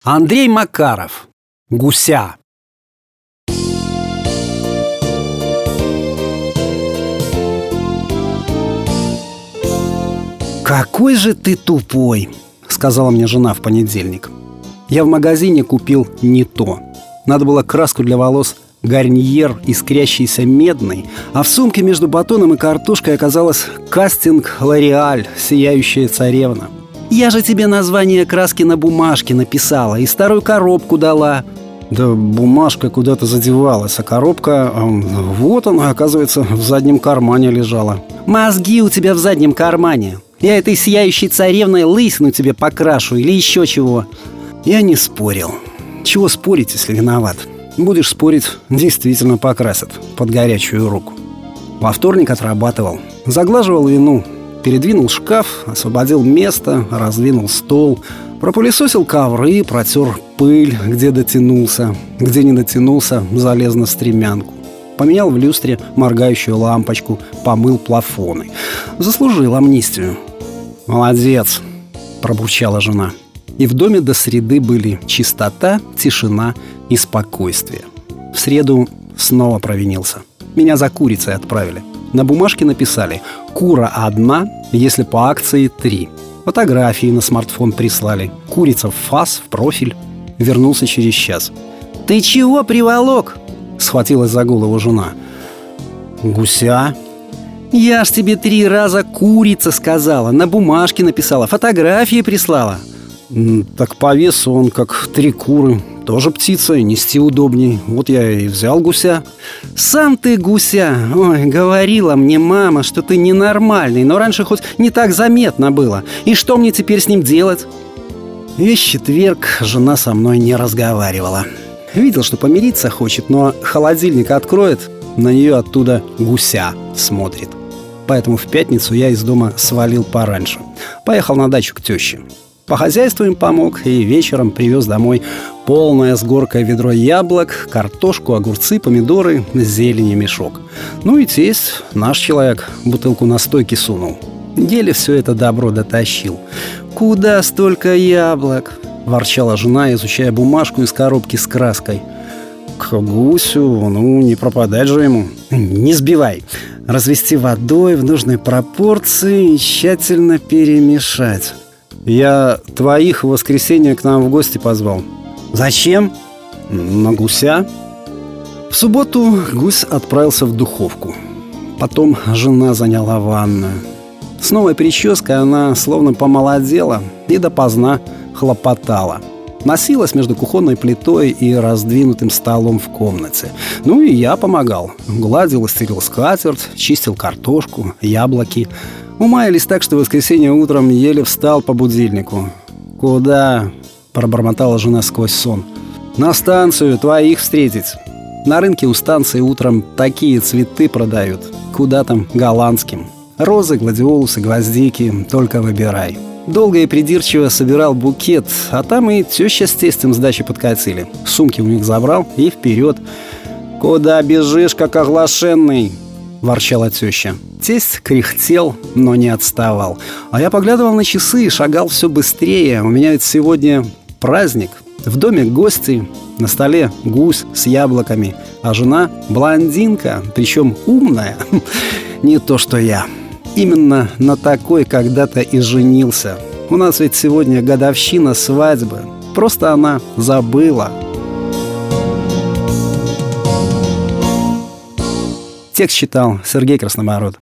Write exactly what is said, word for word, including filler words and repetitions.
Андрей Макаров. Гуся. «Какой же ты тупой!» — сказала мне жена в понедельник. Я в магазине купил не то. Надо было краску для волос гарниер, искрящийся медный, а в сумке между батоном и картошкой оказалась кастинг «Лореаль. Сияющая царевна». «Я же тебе название краски на бумажке написала и старую коробку дала». Да бумажка куда-то задевалась, а коробка, вот она, оказывается, в заднем кармане лежала. «Мозги у тебя в заднем кармане. Я этой сияющей царевной лысину тебе покрашу или еще чего». Я не спорил. Чего спорить, если виноват? Будешь спорить, действительно покрасят под горячую руку. Во вторник отрабатывал. Заглаживал вину. Передвинул шкаф, освободил место, раздвинул стол, пропылесосил ковры, протер пыль, где дотянулся. Где не дотянулся, залез на стремянку. Поменял в люстре моргающую лампочку, помыл плафоны. Заслужил амнистию. «Молодец», — пробурчала жена. И в доме до среды были чистота, тишина и спокойствие. В среду снова провинился. Меня за курицей отправили. На бумажке написали «Кура одна, если по акции три». Фотографии на смартфон прислали. Курица в фас, в профиль. Вернулся через час. «Ты чего приволок?» — схватилась за голову жена. «Гуся». «Я ж тебе три раза курица сказала, на бумажке написала, фотографии прислала». «Так по весу он как три куры. Тоже птица, и нести удобней. Вот я и взял гуся». «Сам ты гуся. Ой, говорила мне мама, что ты ненормальный, но раньше хоть не так заметно было. И что мне теперь с ним делать?» Весь четверг жена со мной не разговаривала. Видел, что помириться хочет, но холодильник откроет, на нее оттуда гуся смотрит. Поэтому в пятницу я из дома свалил пораньше. Поехал на дачу к теще. По хозяйству им помог и вечером привез домой полное с горкой ведро яблок, картошку, огурцы, помидоры, зелень, мешок. Ну и тесть, наш человек, бутылку настойки сунул. Еле все это добро дотащил. «Куда столько яблок?» – ворчала жена, изучая бумажку из коробки с краской. «К гусю, ну не пропадать же ему». «Не сбивай. Развести водой в нужной пропорции и тщательно перемешать». «Я твоих в воскресенье к нам в гости позвал». «Зачем?» «На гуся». В субботу гусь отправился в духовку. Потом жена заняла ванную. С новой прической она словно помолодела и допоздна хлопотала. Носилась между кухонной плитой и раздвинутым столом в комнате. Ну и я помогал. Гладил и стелил скатерть, чистил картошку, яблоки. Умаялись так, что в воскресенье утром еле встал по будильнику. «Куда?» – пробормотала жена сквозь сон. «На станцию твоих встретить. На рынке у станции утром такие цветы продают. Куда там голландским. Розы, гладиолусы, гвоздики, только выбирай». Долго и придирчиво собирал букет, а там и теща с тестем с дачи подкатили. Сумки у них забрал и вперед. «Куда бежишь, как оглашенный?» – ворчала теща. Тесть кряхтел, но не отставал. А я поглядывал на часы и шагал все быстрее. У меня ведь сегодня праздник. В доме гости, на столе гусь с яблоками, а жена блондинка, причем умная. Не то что я. Именно на такой когда-то и женился. У нас ведь сегодня годовщина свадьбы. Просто она забыла. Текст читал Сергей Краснобород.